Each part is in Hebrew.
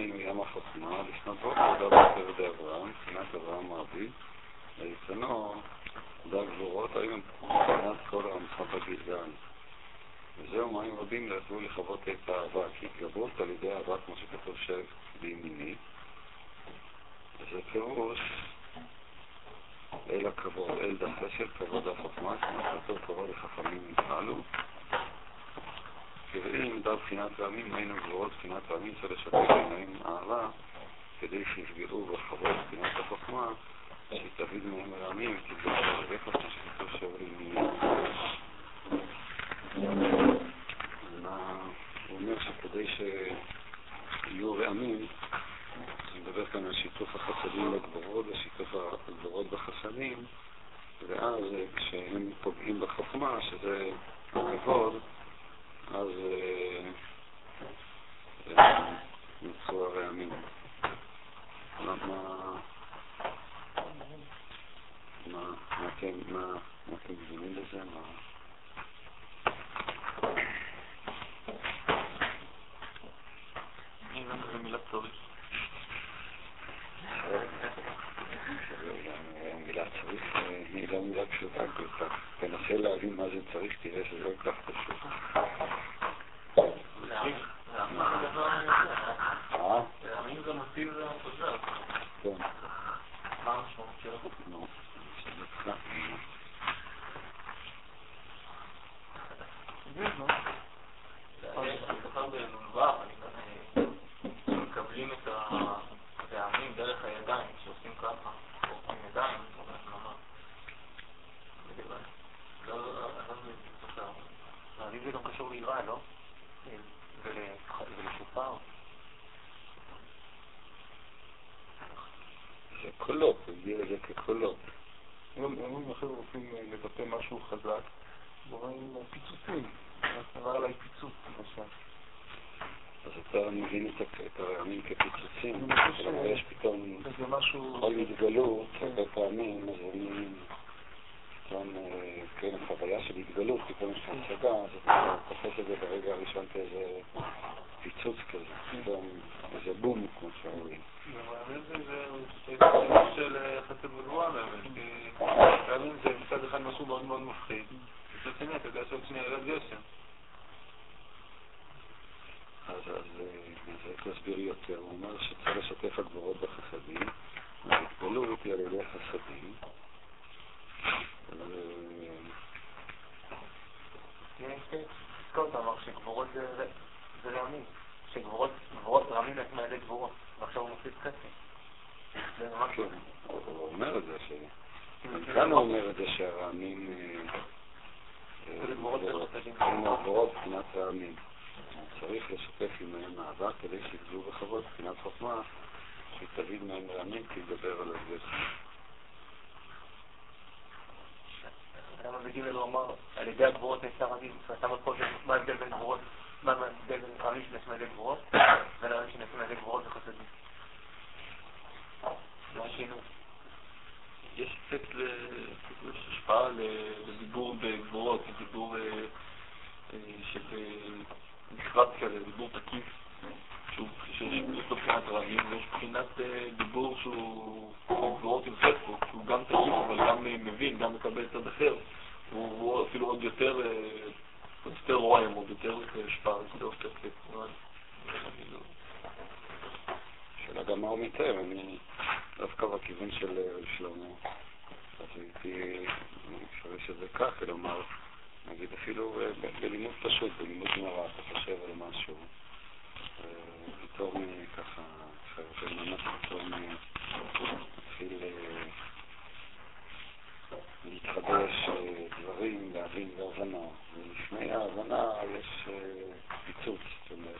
היינו ים החוכמה, לפנות בוקר דא בקר דאברהם, מבחינת אברהם אבי, ויתנו דא גבורות, היינו מבחינת כל המשחק הגלגל. וזהו מים רבים לא יכלו לכבות את האהבה, כי התגברות על ידי האהבה, כמו שכתוב בימיני, וזה פירוש אל הכבוד, אל דחשת, כבוד החוכמה, כמו שכתוב כבוד לחכמים נפעלו. ואם דא בחינת רעמים, היינו גבורות בחינת רעמים, צריך לשתף עיניים אהבה, כדי שיפגעו בכבוד בחינת החוכמה, שתביד מהם רעמים ותתגבר עליך, כמו שכתוב בימיני. הוא אומר שכדי שיהיו רעמים, אני מדבר כאן על שיתוף החסדים בגבורות ושיתוף הגבורות בחסדים, ואז כשהם פוגעים בחוכמה, שזה הכבוד, אז נוצרו הרעמים. מה אתם מבינים בזה? זה מילה צריך. מילה צריך היא לא מילה פשוטה כל כך. תנסה להבין מה זה צריך, תראה שזה לא כך פשוט. להאמין זה מוסיף זה מפוזר. כן. מה המשמעות שלו? נו, שזה כך. השכר בנולבך, מקבלים את הטעמים דרך הידיים, שעושים ככה, עושים ידיים, אני זה גם קשור ליראה, לא? ולשופר. זה קולות, הוא הגדיר את זה כקולות. אם אחרי רוצים לבטא משהו חזק, דברים פיצוצים. עבר עליי פיצוץ, למשל. אז אתה מבין את הרעמים כפיצוצים. יש פתאום כל התגלות, הרבה פעמים, אז אני פתאום, כן, החוויה של התגלות, פתאום יש השגה, אז אתה תופס את זה ברגע הראשון כאיזה פיצוץ כזה, פתאום איזה בום, כמו שאומרים. זה פיצוץ של חסד וגבוהה, כי רעמים זה מצד אחד משהו מאוד מאוד מפחיד. מצד שני, אתה יודע שעוד שנייה ירד גשם. אז איך להסביר יותר? הוא אומר שצריך לשתף הגבורות בחסדים, והתגלות היא על ידי חסדים. תזכור, אתה אמר שגבורות זה רעמים, שגבורות רעמים לעצמם על ידי גבורות, ועכשיו הוא מוסיף חסד. זה ממש לא. הוא אומר את זה, כאן הוא אומר את זה שהרעמים הם הגבורות בחינת רעמים. צריך לשתף עמהם אהבה כדי שיגזו בכבוד בחינת חוכמה שתביד מהם רעמים כי ידבר על הגז. למה בגימל הוא אמר על ידי הגבורות נעשה רעמים, ואתה מפה מה ההבדל בין גבורות, מה ההבדל בין רעמים שנעשים על ידי גבורות ולרעמים שנעשים על ידי גבורות וחסדים? מה השינוי? יש אפקט השפעה לדיבור בגבורות, דיבור נחרט כזה, דיבור תקיף שיש לו בחינת רעמים, ויש בחינת דיבור שהוא גבורות עם פספוק, שהוא גם תקיף אבל גם מבין, גם מקבל צד אחר, הוא אפילו עוד יותר רועם, עוד יותר השפעה, יותר פספוק. שאלה גם מה הוא מתאר, אני דווקא בכיוון של שלמה, אז הייתי חושב שזה כך, כלומר נגיד אפילו בלימוד פשוט, בלימוד גמרא, אתה חושב על משהו, פתאום ככה, ממש פתאום מתחיל להתחדש דברים, להבין והבנה, ולפני ההבנה יש פיצוץ, זאת אומרת,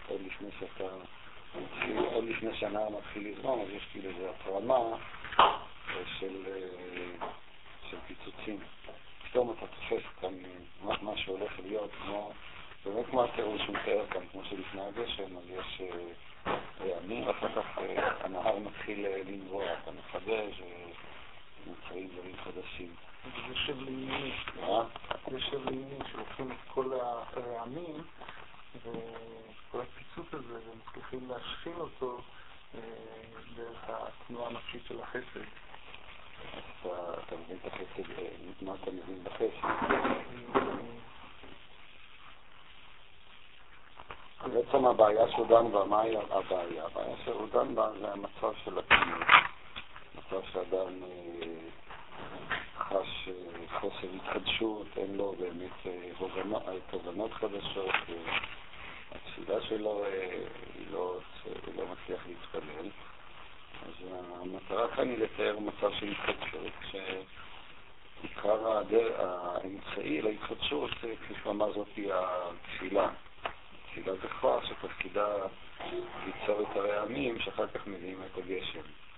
עוד לפני שהנער מתחיל לזרום, אז יש כאילו איזו התרמה של פיצוצים. פתאום אתה תופס כאן מה שהולך להיות, באמת כמו התיאור שהוא מתאר כאן, כמו שלפני הגשם, אז יש רעמים, ואחר כך הנהר מתחיל לנבוע, אתה מחדש ומוצאים דברים חדשים. זה שב לימי, שלוקחים את כל הרעמים וכל הפיצוץ הזה ומצליחים להשחיל אותו דרך התנועה הנפשית של החסד. אז אתה מבין את החסד, מה אתה מבין בחסד? בעצם הבעיה שהוא דן בה, מה היא הבעיה? הבעיה שהוא דן בה זה המצב של התמימות. מצב שאדם חש חוסר התחדשות, אין לו באמת תובנות חדשות, התפילה שלו היא לא מצליח להתפלל. אז המטרה כאן היא לתאר מצב של התחדשות, שעיקר האמצעי להתחדשות, כפי שאמר, זאת היא התפילה. תפילה זה כוח שתפקידה ליצור את הרעמים שאחר כך מביאים את הגשם.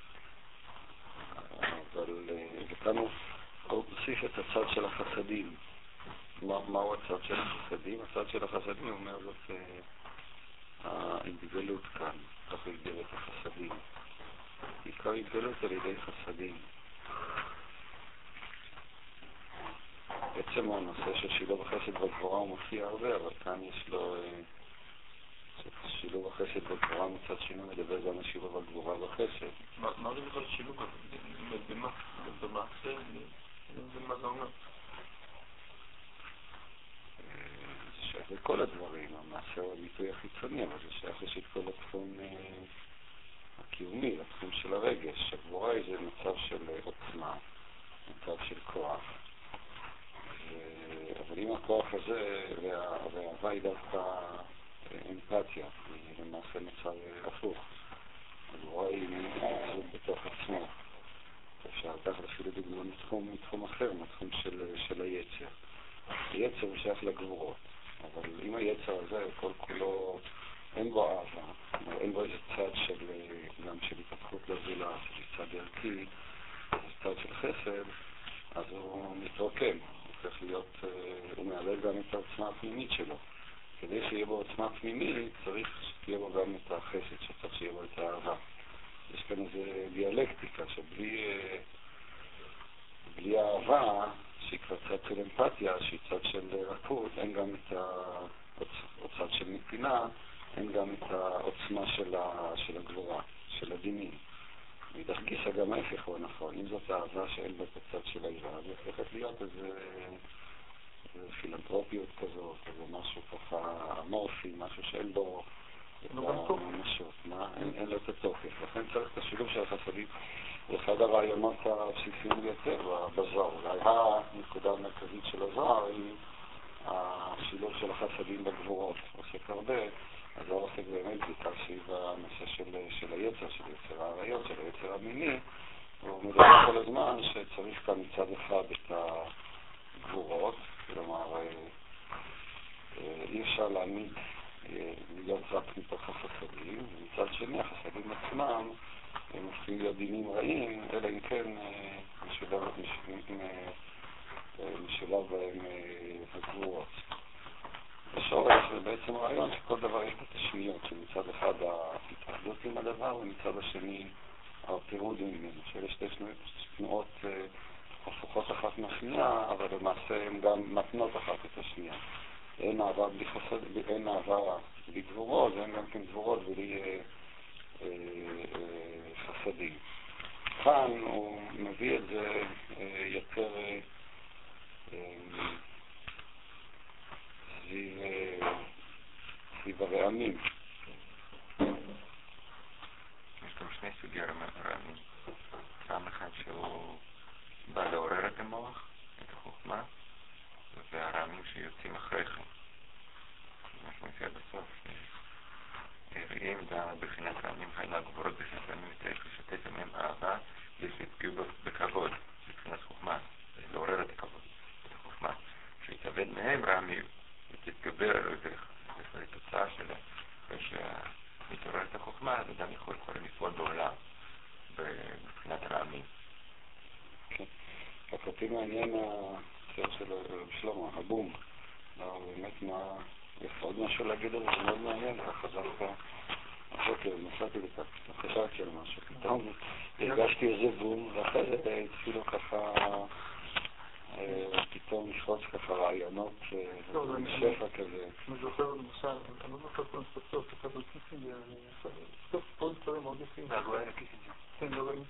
וכאן הוא הוסיף את הצד של החסדים. מהו הצד של החסדים? הצד של החסדים אומר זאת ההתגלות כאן, כך הוא הגדיר את החסדים. עיקר התגלות על ידי חסדים. בעצם הנושא של שילוב החסד בגבורה הוא מופיע הרבה, אבל כאן יש לו שילוב החסד בגבורה מצד שני מדבר גם על שילוב הגבורה בחסד. מה זה בכלל שילוב? במה? במעשה? במה זה אומר? זה שייך לכל הדברים, המעשה הוא הביטוי החיצוני, אבל זה שייך לשית כל התחום הקיומי, התחום של הרגש. הגבורה זה מצב של עוצמה, מצב של כוח. אבל עם הכוח הזה, והאהבה היא דווקא אמפתיה, היא למעשה מצב הפוך. הגבורה היא מצב בתוך עצמו. אפשר לקחת אפילו דוגמה מתחום אחר, מתחום של היצר. היצר הוא שייך לגבורות, אבל עם היצר הזה, כל כולו, אין בו אהבה, אין בו איזה צד גם של התפתחות לזולה, של צד ערכי, איזה צד של חסד, אז הוא מתרוקם, הופך להיות, הוא מאבד גם את העוצמה הפנימית שלו. כדי שיהיה בו עוצמה פנימית, צריך שתהיה בו גם את החסד, שצריך שיהיה בו את האהבה. יש כאן איזו דיאלקטיקה, שבלי האהבה, שהיא כבר צד של אמפתיה, שהיא צד של רכות, אין גם את הצד של נתינה, אין גם את העוצמה של הגבורה, של הדינים. מאידך גיסא גם ההפך הוא נכון. אם זאת האהבה שאין בה את הצד של היראה, זה הופכת להיות איזה פילנטרופיות כזאת, איזה משהו ככה אמורפי, משהו שאין בו את הממשות, אין לו את התוקף. לכן צריך את השילוב של החסדים. זה אחד הרעיונות הבסיסיים ביותר בזוהר. אולי הנקודה המרכזית של הזוהר היא השילוב של החסדים בגבורות. עוסק הרבה, הזוהר עוסק באמת בעיקר סביב הנושא של היצר, של יצר העריות, של היצר המיני. הוא מדבר כל הזמן שצריך כאן מצד אחד את הגבורות, כלומר אי אפשר להעמיד להיות רק מתוך החסדים, ומצד שני החסדים עצמם הם הופכים להיות דינים רעים, אלא אם כן משולב בהם הגבורות. בשורש זה בעצם רעיון שכל דבר יש בתשמיות, שמצד אחד ההתאחדות עם הדבר ומצד השני הפירוד ממנו, שאלה שתי תנועות הפוכות אחת מהשנייה, אבל למעשה הן גם מתנות אחת את השנייה. אין אהבה בלי חסד, אין אהבה בלי גבורות, ואין גם כן גבורות בלי חסדים. כאן הוא מביא את זה יותר סביב הרעמים. יש גם שני סוגי רעמים. רעם אחד שהוא בא לעורר את המוח, את החוכמה, והרעמים שיוצאים אחרי כן. מה שמופיע בסוף, רעים בבחינת רעמים חיילה גבורות בחסמים וצריך לשתף מהם אהבה ויפגעו בכבוד, בבחינת חוכמה, לעורר את הכבוד, את החוכמה. שיתאבד מהם רעמים ותתגבר לתוצאה שלה, ושמתעורר את החוכמה, אז אדם יכול כבר לפעול בעולם בבחינת רעמים. אותי מעניין הסרט של שלמה, הבום. באמת יש עוד משהו להגיד על זה, מאוד מעניין, ככה דווקא הבוקר נסעתי לכך, חשבתי על משהו, פתאום הרגשתי איזה בום, ואחרי זה התחילו ככה פתאום לפרוץ ככה רעיונות שפע כזה. אני זוכר למשל, אני לא זוכר כל הספצות, כתב על קיסינגר, כתב פה דברים מאוד יפים, והגואל הקיסינג'ר. כן, לא רואים.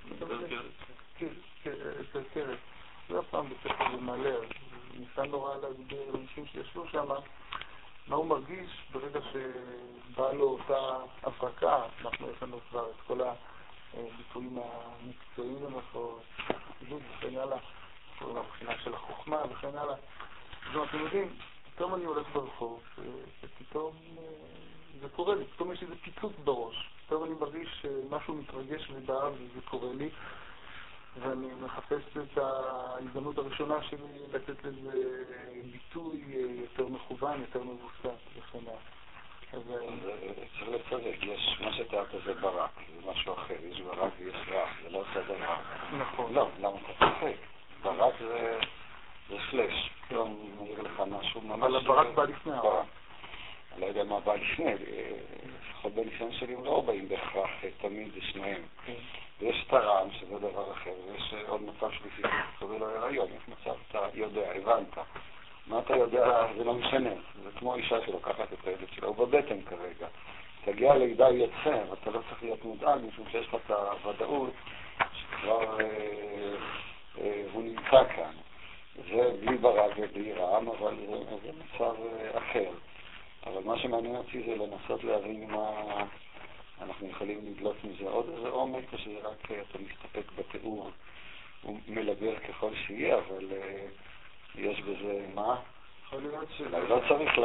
אצל קרס. זה אף פעם בספר זה מלא, אז ניסה נורא להסביר לאנשים שישבו שם מה הוא מרגיש ברגע שבא לו אותה הברקה. אנחנו יש לנו כבר את כל הביטויים המקצועיים למחור, וכן הלאה, מבחינה של החוכמה וכן הלאה. אז אתם יודעים, פתאום אני הולך ברחוב, ופתאום זה קורה לי, פתאום יש איזה פיצוץ בראש. פתאום אני מרגיש שמשהו מתרגש ובער וזה קורה לי, ואני מחפש את ההזדמנות הראשונה שלי לתת לזה ביטוי יותר מכוון, יותר מבוסס וכן הלאה. אז צריך לצדק, יש מה שתיארת זה ברק, זה משהו אחר, יש ברק ויש רע, זה לא אותו דבר. נכון. לא, למה אתה צוחק? ברק זה פלאש, פתאום נראה לך משהו ממש... אבל הברק בא לפני הרע. אני לא יודע מה בא לפני, לפחות בניסיון שלי הם לא באים בהכרח תמיד לשניהם. ויש את הרעם, שזה דבר אחר, ויש עוד מצב שלישי, זה לא הריון, יש מצב, אתה יודע, הבנת. מה אתה יודע, זה לא משנה. זה כמו אישה שלוקחת את הילד שלה, הוא בבטן כרגע. תגיע לידה יוצא, ואתה לא צריך להיות מודאג, משום שיש לך את הוודאות שכבר הוא נמצא כאן. זה בלי ברק ובלי רעם, אבל זה מצב אחר. אבל מה שמעניין אותי זה לנסות להבין מה אנחנו יכולים לדלות מזה עוד איזה עומק, או שזה רק אתה מסתפק בתיאור, הוא מלבר ככל שיהיה, אבל יש בזה מה? יכול להיות אני לא צריך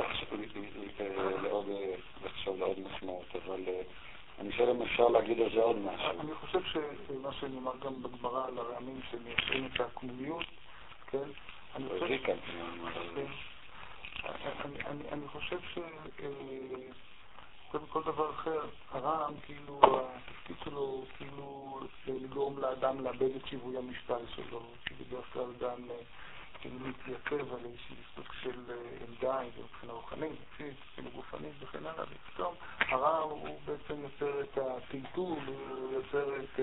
לחשוב לעוד משמעות, אבל אני חושב אם אפשר להגיד על זה עוד משהו. אני חושב שמה שנאמר גם בגמרא על הרעמים שמיישרים את העקמומיות, כן? אני חושב כל דבר אחר, הרעם, כאילו, התפקיד שלו, כאילו, לגרום לאדם לאבד את שיווי המשקל שלו, שבדרך כלל אדם כאילו מתייצב על איזושהי סוג של עמדה, מבחינה רוחנית, נפשית, אפילו גופנית וכן הלאה, ופתאום הרעם הוא בעצם יוצר את הטלטול, הוא יוצר את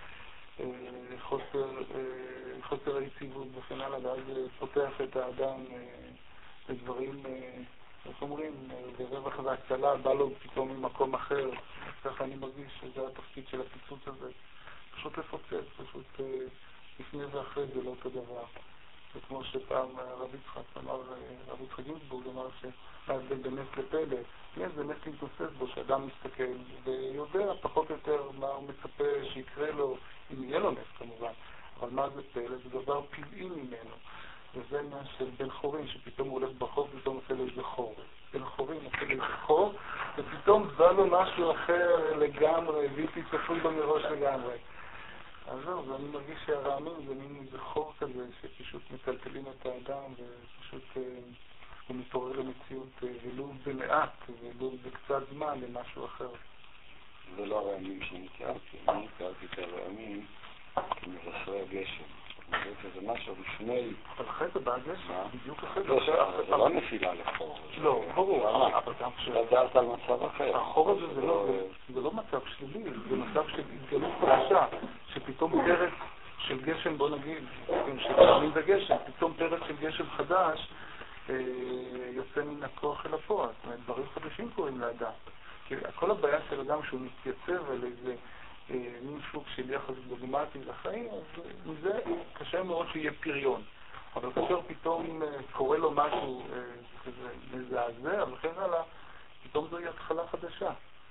חוסר היציבות וכן הלאה, ואז פותח את האדם לדברים, איך אומרים, לרווח והצלה, בא לו פתאום ממקום אחר. ככה אני מרגיש שזה התפקיד של הפיצוץ הזה. פשוט לפוצץ, פשוט לפני ואחרי זה לא אותו דבר. זה כמו שפעם רב יצחק אמר, רב יצחק גינסבורג אמר שזה בנס לפלא. נס זה נס להתנוסס בו, שאדם מסתכל ויודע פחות או יותר מה הוא מצפה שיקרה לו, אם יהיה לו נס כמובן. אבל מה זה פלא? זה דבר פלאי ממנו. וזה מה של בן חורין, שפתאום הוא הולך ברחוב, פתאום עושה לו איזה חור. בן חורין עושה לו איזה חור, ופתאום בא לו משהו אחר לגמרי, בלתי צפוי בו מראש לגמרי. אז זהו, ואני מרגיש שהרעמים זה מין איזה חור כזה, שפשוט מטלטלים את האדם, ופשוט הוא מתעורר למציאות, ולו במעט, ולו בקצת זמן, למשהו אחר. זה לא הרעמים שאני תיארתי, אני תיארתי את הרעמים כמבשרי הגשם. זה משהו לפני... אבל אחרי זה בא הגשם, בדיוק אחרי זה. זה לא נפילה לחור. לא, ברור, אבל גם לא דעת על מצב אחר. החור הזה זה לא מצב שלילי, זה מצב של התגלות חדשה, שפתאום פרק של גשם, בוא נגיד, שפעמים זה גשם, פתאום פרק של גשם חדש יוצא מן הכוח אל הפועל. זאת אומרת, דברים חדשים קוראים לאדם. כי כל הבעיה של אדם שהוא מתייצב על איזה מין סוג של יחס דוגמטי לחיים, אז מזה קשה מאוד שיהיה פריון. אבל כאשר פתאום קורה לו משהו כזה מזעזע וכן הלאה, פתאום זוהי התחלה חדשה.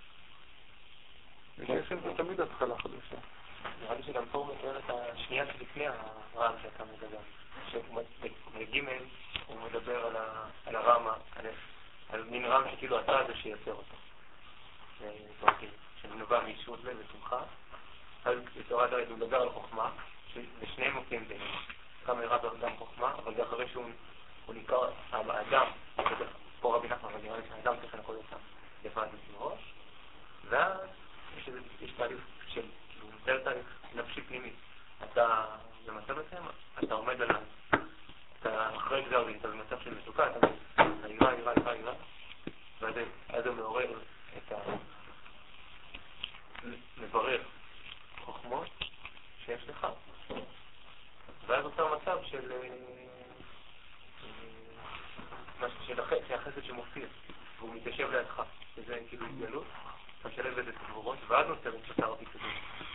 וגשם זה תמיד התחלה חדשה. נראה לי שגם פה הוא מתאר את השנייה שלפני הרעם שאתה מדבר. שבגימל הוא מדבר על הרעם, על מין רעם שכאילו אתה זה שיוצר אותו. שנובע מישות לב ושמחה. אז בתורת הרד הוא מדבר על חוכמה, ושניהם מוצאים ביניהם. כמה יראה גם חוכמה, אבל זה אחרי שהוא נקרא האדם, פה רבי נחמן, אבל נראה לי שהאדם צריך לנקוד אותם לבד בראש, ואז יש תהליך של, זה תהליך נפשי פנימי. אתה במצב הזה, אתה עומד עליו, אתה אחרי גזר דין, אתה במצב של מצוקה, אתה יראה, ואז הוא מעורר את מברר חוכמות שיש לך, ואז נוצר מצב של החסד שמופיע, והוא מתיישב לידך, שזה כאילו התגלות, משלב בזה תגבורות, ואז נוצר את שטר הביטודים.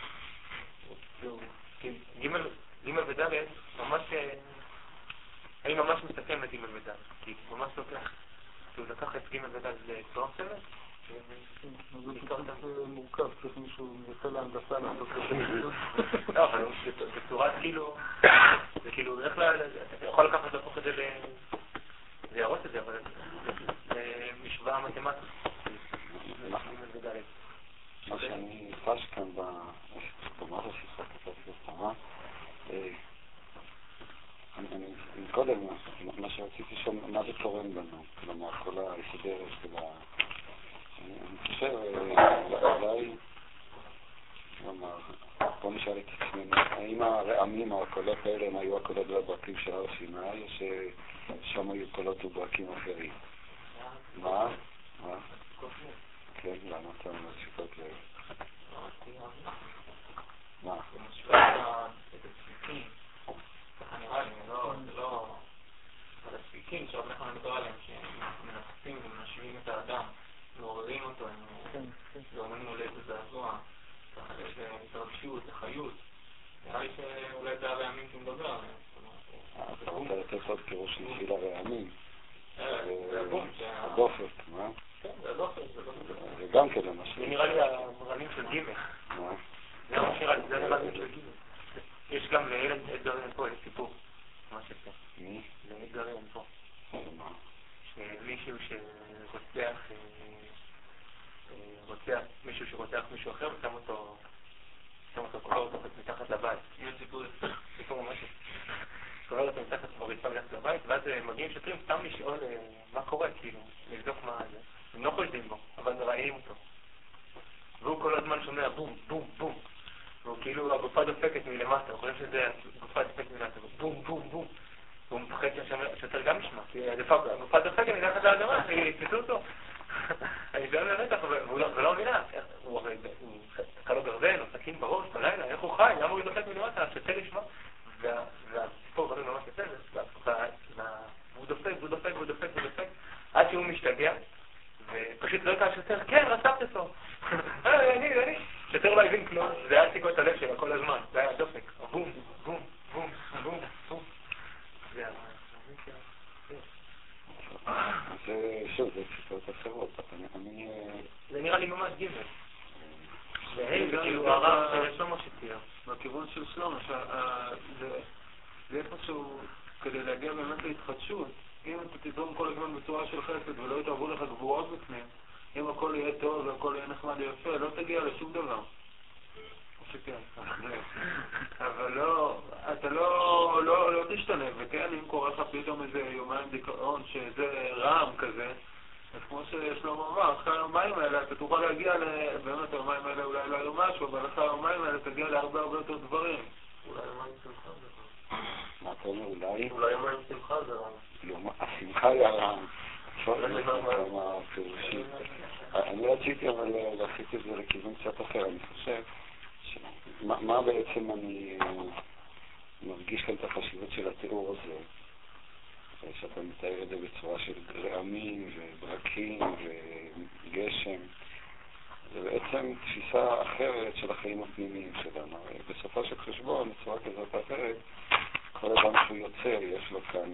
ג' וד' ממש, אני ממש מסתכם את ג' וד', כי הוא ממש לוקח, הוא לקח את ג' וד' לצורה מסוימת, זה מורכב, צריך מישהו יוצא להנדסה לעשות את זה. לא, אבל בצורה כאילו, זה כאילו, איך אתה יכול לקחת להפוך את זה זה ירוץ את זה, אבל זה משוואה מתמטית. מה שאני חש כאן במהלך השיחה כתבתי בסתמה, קודם מה שרציתי שם, מה זה תורם לנו, כלומר כל היסודרת של אני חושב, אולי, כלומר, בוא נשאל את עצמנו, האם הרעמים או הקולות האלה הם היו הקולות והברקים של הר סיני, או ששם היו קולות וברקים אחרים? מה? כן, למה אתה אומר שיטות לב? מה? זה משווה את הספיקים, ככה נראה לי, זה לא... אבל הספיקים שעוד אנחנו נדבר עליהם, שהם מנפצים ומשווים את האדם, מעוררים אותו, הם גורמים לו לאיזה זעזוע, ככה יש התרגשות, לחיות. נראה לי שאולי זה הרעמים שמדבר עליהם. אתה רוצה לתת עוד פירוש נשי לרעמים? זה הבום. הדופק, מה? כן, זה הדופק. זה גם כן למשל. זה נראה לי הרעמים של גימל. מה? זה הרעמים של גימל. יש גם לילד גרעין פה, יש סיפור. מה שפה. מי? לילד גרעין פה. מה? שמישהו מישהו שרוצח מישהו אחר ושם אותו קורא אותו מתחת לבית. סיפור ממש. קורא אותו מתחת לבית, ואז מגיעים שוטרים סתם לשאול מה קורה, כאילו, לבדוק מה זה. הם לא חושדים בו, אבל מראיינים אותו. והוא כל הזמן שומע בום, בום, בום. והוא כאילו, הגופה דופקת מלמטה, הוא חושב שזה הגופה דופקת מלמטה, בום, בום, בום. והוא מפחד שהשוטר גם ישמע, כי הגופה דופקת מתחת לאדמה, יתפסו אותו. אני שואל לרצח, והוא לא מבינה, הוא תקע לו גרזן, הוא סכין בראש, בלילה, איך הוא חי, למה הוא דופק מלמטה, השוטר ישמע. והסיפור דברים ממש יצא, והוא דופק, עד שהוא משתגע, ופשוט לא יקע השוטר, כן, רצחת אותו. אני. שוטר לא הבין כלום, זה היה סיכות הלב שלה כל הזמן, זה היה דופק, בום, בום, בום, בום, בום. זה שוב, זה ציטות אחרות. זה נראה לי ממש גימל. זה כאילו הרב של שלמה שתהיה. בכיוון של שלמה, זה איפשהו כדי להגיע באמת להתחדשות. אם אתה תדרום כל הזמן בצורה של חסד ולא יתערבו לך גבורות בפנים, אם הכל יהיה טוב והכל יהיה נחמד ויפה, לא תגיע לשום דבר. שכן. אבל אתה לא תשתנה, וכן, אם קורה לך פתאום איזה יומיים דיכאון שזה רעם כזה, אז כמו ששלמה אמר, אחרי היומיים האלה אתה תוכל להגיע באמת היומיים האלה אולי לא היו משהו, אבל אחרי היומיים האלה תגיע להרבה יותר דברים. אולי יומיים שמחה זה רעם. מה אתה אומר אולי? אולי יומיים שמחה זה רעם. השמחה היא הרעם. אני רציתי אבל להחיץ את זה לכיוון קצת אחר. אני חושב מה בעצם אני מרגיש כאן את החשיבות של התיאור הזה, שאתה מתאר את זה בצורה של רעמים וברקים וגשם. זה בעצם תפיסה אחרת של החיים הפנימיים שלנו. בסופו של חשבון, בצורה כזאת או אחרת, כל אדם שהוא יוצר, יש לו כאן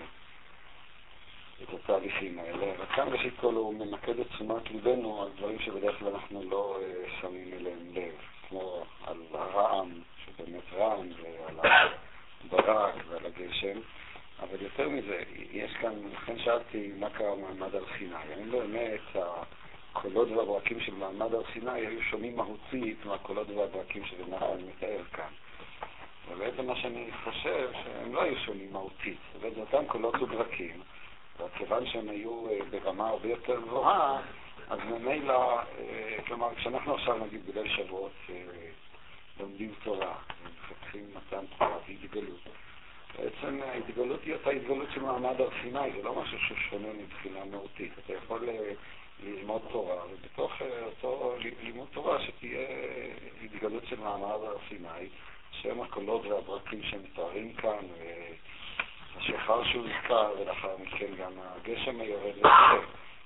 את התהליכים האלה. וכאן ראשית כל הוא ממקד את תשומת ליבנו על דברים שבדרך כלל אנחנו לא שמים אליהם לב, כמו על הרעם, שבאמת רעם, ועל הברק ועל הגשם. אבל יותר מזה, יש כאן, לכן שאלתי מה קרה מעמד הר סיני. האם באמת הקולות והברקים של מעמד הר סיני היו שונים מהותית מהקולות והברקים של נחמן מתאר כאן. ובעצם מה שאני חושב שהם לא היו שונים מהותית. זה אותם קולות וברקים, וכיוון שהם היו ברמה הרבה יותר גבוהה, אז ממילא, כלומר, כשאנחנו עכשיו נגיד בליל שבועות לומדים תורה, ומפתחים מתן תורה והתגלות, בעצם ההתגלות היא אותה התגלות של מעמד הר סיני, זה לא משהו ששונה מבחינה מהותית. אתה יכול ללמוד תורה, ובתוך אותו לימוד תורה שתהיה התגלות של מעמד הר סיני, שהם הקולות והברקים שמתארים כאן, השחר שהוזכר, ולאחר מכן גם הגשם היורד לזה.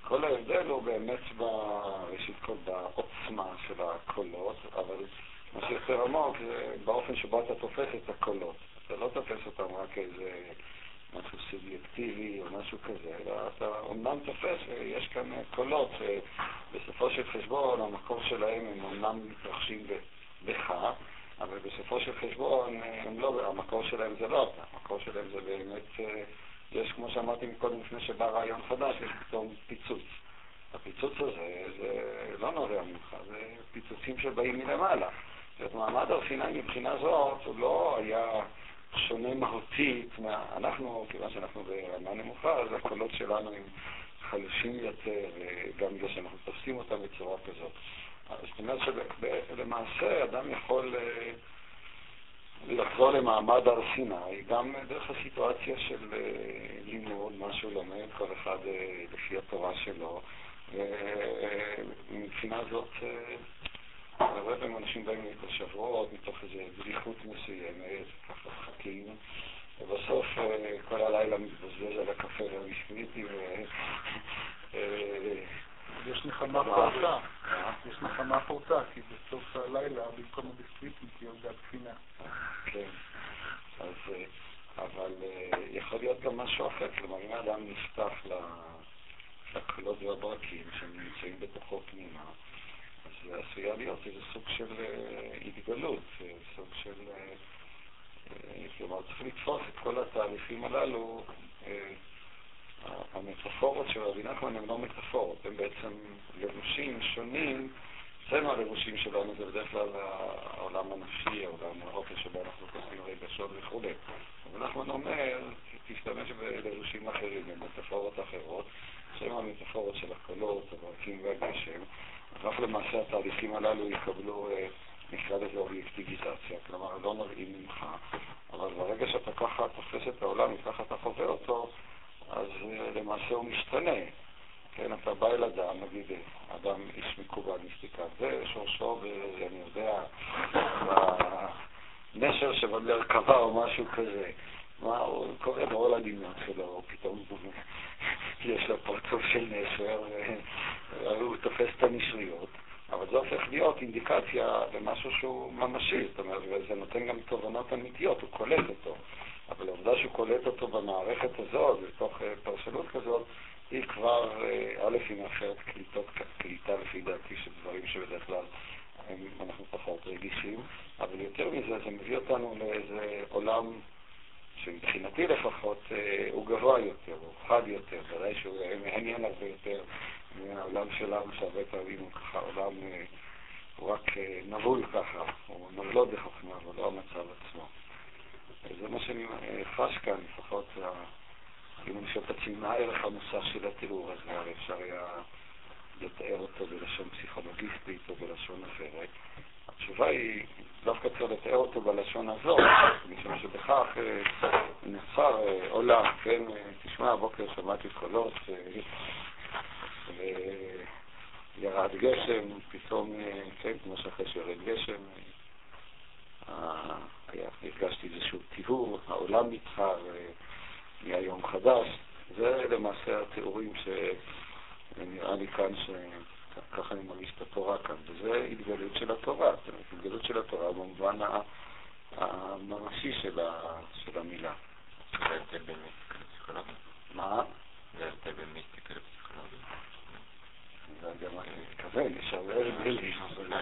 כל ההבדל הוא באמת ראשית כל בעוצמה של הקולות, אבל מה שיותר עמוק זה באופן שבו אתה תופס את הקולות. אתה לא תופס אותם רק איזה משהו סובייקטיבי או משהו כזה, אלא אתה אומנם תופס שיש כאן קולות שבסופו של חשבון המקור שלהם הם אומנם מתרחשים בך, אבל בסופו של חשבון המקור שלהם זה לא אתה, המקור שלהם זה באמת, יש כמו שאמרתי מקודם לפני שבא רעיון חדש, יש פתאום פיצוץ. הפיצוץ הזה זה לא נובע ממך, זה פיצוצים שבאים מלמעלה. זאת אומרת, מעמד הר סיני מבחינה זאת הוא לא היה שונה מהותית, אנחנו, כיוון שאנחנו ברמה נמוכה, אז הקולות שלנו הם חלשים יותר, גם בגלל שאנחנו תופסים אותם בצורה כזאת. זאת אומרת שלמעשה אדם יכול לחזור למעמד הר סיני, גם דרך הסיטואציה של לימוד, מה שהוא לומד, כל אחד לפי התורה שלו, ומבחינה זאת הרבה פעמים אנשים באים לשבועות מתוך איזו בדיחות מסוימת, ככה חכים, ובסוף כל הלילה מתבזבז על הקפה והביסקוויטים. יש נחמה פורצה, יש נחמה פורצה, כי בסוף הלילה במקום הביסקוויטים תהיה עוד תפינה. כן, אז אבל יכול להיות גם משהו אחר, כלומר אם האדם נפתח לקולות והברקים שנמצאים בתוכו פנימה, אז עשויה להיות איזה סוג של התגלות, סוג של, כלומר צריך לתפוס את כל התהליכים הללו. המטאפורות של רבי נחמן הן לא מטאפורות, הן בעצם לבושים שונים. אצלנו הלבושים שלנו זה בדרך כלל העולם הנפשי, העולם האופן שבו אנחנו כותבים רגשות וכו'. רבי נחמן אומר, תשתמש בלבושים אחרים, במטאפורות אחרות, שהן המטאפורות של הקולות, הברקים והגשם. כך למעשה התהליכים הללו יקבלו, נקרא לזה אובייקטיביזציה, כלומר לא נראים ממך, אבל ברגע שאתה ככה תופס את העולם וככה אתה חווה אותו, אז למעשה הוא משתנה. כן, אתה בא אל אדם, נגיד, אדם איש מקובל מיסטיקה, זה שורשו, אני יודע, בנשר שבמרכבה או משהו כזה. מה, הוא קורא בעול הדמיון שלו, פתאום יש לו פרצוף של נשר, הוא תופס את הנשריות, אבל זה הופך להיות אינדיקציה למשהו שהוא ממשי, זאת אומרת, וזה נותן גם תובנות אמיתיות, הוא קולט אותו. אבל העובדה שהוא קולט אותו במערכת הזאת, בתוך פרשנות כזאת, היא כבר, א', היא מאפשרת קליטה לפי דעתי של דברים שבדרך כלל אנחנו פחות רגישים, אבל יותר מזה, זה מביא אותנו לאיזה עולם שמבחינתי לפחות הוא גבוה יותר, הוא חד יותר, ודאי שהוא מעניין הרבה יותר מהעולם שלנו, שהרבה פעמים הוא ככה עולם, הוא רק נבול ככה, הוא נבלוד בחוכמה, אבל לא המצב עצמו. זה מה שאני חש כאן, לפחות אם אני שואל את עצמי, מה הערך המוסף של התיאור הזה, הרי אפשר היה לתאר אותו בלשון פסיכולוגיסטית או בלשון אחרת. התשובה היא, דווקא צריך לתאר אותו בלשון הזאת, משום שבכך נוצר עולם, כן? תשמע, הבוקר שמעתי קולות, ירד גשם, פתאום, כן, כמו שאחרי שירד גשם, הרגשתי איזשהו טיהור, העולם נתחר, נהיה יום חדש. זה למעשה התיאורים שנראה לי כאן שככה אני מרגיש את התורה כאן, וזה התגלות של התורה, זאת אומרת, התגלות של התורה במובן הממשי של המילה. זה ההבדל בין מיסטיקה לפסיכולוגיה? מה? זה ההבדל בין מיסטיקה לפסיכולוגיה? אני לא יודע מה אני מתכוון, יש הרבה הבדלים.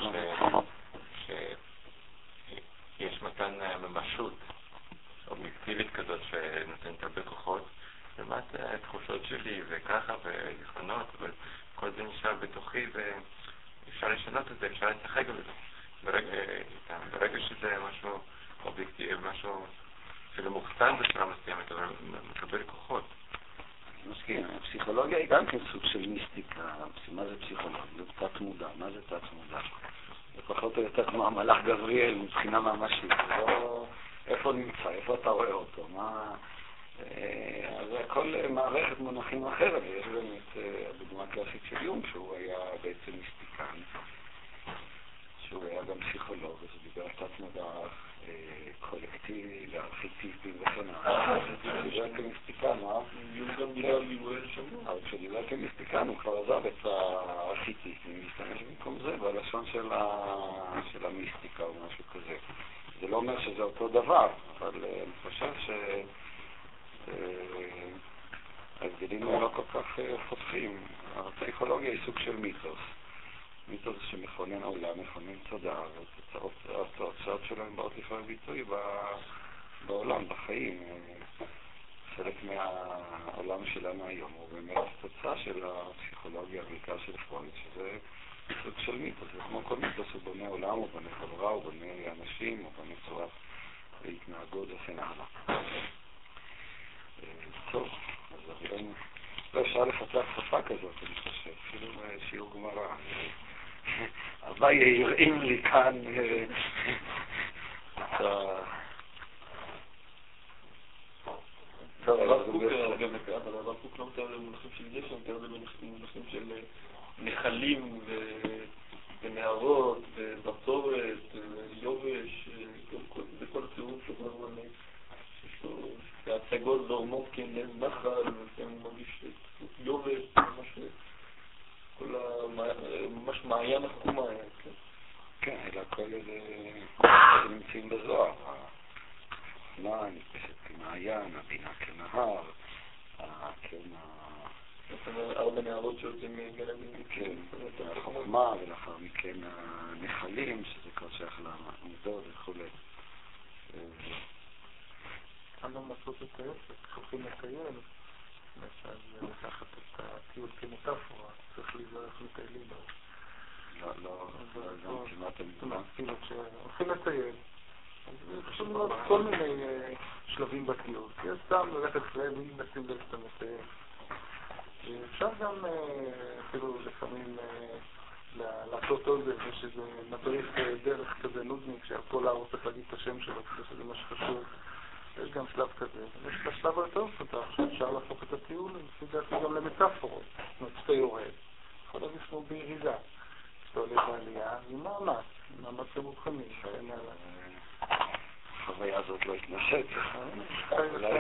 יש מתן ממשות אובייקטיבית כזאת שנותנת הרבה כוחות, לעומת התחושות שלי וככה וזיכרונות, אבל כל זה נשאר בתוכי ואפשר לשנות את זה, אפשר לשחק בזה. ברגע שזה משהו אובייקטיבי, משהו אפילו מוחצן בצורה מסוימת, אבל מקבל כוחות. מסכים, הפסיכולוגיה היא גם כן סוג של מיסטיקה. מה זה פסיכולוגיה? זה תת מודע. מה זה תת מודע? זה פחות או יותר כמו המלאך גבריאל מבחינה ממשית. לא איפה נמצא, איפה אתה רואה אותו, מה... אז כל מערכת מונחים אחרת, ויש באמת הדוגמה הקלאסית של יונג, שהוא היה בעצם מיסטיקן, שהוא היה גם פסיכולוג, אז הוא דיבר על תת מודע קולקטיבי, לארכיטיפי וכן הלאה. כשדיבר כמיסטיקן, מה? יונג גם דיבר על ליוואל שבוע. אבל כשדיבר כמיסטיקן הוא כבר בתחום זה, בלשון של המיסטיקה או משהו כזה. זה לא אומר שזה אותו דבר, אבל אני חושב שההבדלים הם לא כל כך חותכים. הפסיכולוגיה היא סוג של מיתוס. מיתוס שמכונן עולם, מכונן תודעה, והתוצאות שלהם באות לפעמים ביטוי בעולם, בחיים. חלק מהעולם שלנו היום הוא באמת תוצאה של הפסיכולוגיה, בעיקר של פרויד, שזה סוג של מיתוס. זה כמו כל מיתוס, הוא בונה עולם, הוא בונה חברה, הוא בונה אנשים, הוא בונה צורת התנהגות וכן הלאה. טוב, אז היום לא אפשר לפתח שפה כזאת, אני חושב, אפילו שיעור גמרא. אביי יראים לי כאן את ה... הרב קוק לא מתאר במונחים של גשם, מתאר במונחים של נחלים ונהרות ובצורת, יובש, בכל הצירוף שכל הזמן ההצגות זורמות כנחל, ולפעמים מרגיש יובש, ממש מעיין החומה. כן, אלא כל אלה נמצאים בזוהר. החוכמה נתפסת כמעיין, הבינה כנהר, ארבע נהרות שיוצאים מגלבים. כן, החוכמה ולאחר מכן הנחלים, שזה כבר שייך למידות וכו'. גם לעשות את ההפך, כשהולכים לטייל, למשל לקחת את הטיול כמטאפורה, צריך להיזרח לטיילים. לא, כמעט המדינה. כשהולכים לטייל, אז חשוב לראות כל מיני שלבים בטיול. יש סתם ללכת לב, לשים לב שאתה מטייל. אפשר גם אפילו לפעמים לעשות עוד זה, יש איזה מדריך דרך כזה נודניק, שהכל להראות צריך להגיד את השם שלו, שזה מה שחשוב. יש גם שלב כזה, יש את השלב היותר פתח, שאפשר להפוך את הטיול, לפי דעתי גם למטאפורות. זאת אומרת, שאתה יורד, יכול להגיד כמו בירידה. שאתה עולה בעלייה, עם מאמץ רוחני. החוויה הזאת לא התנשאת. אולי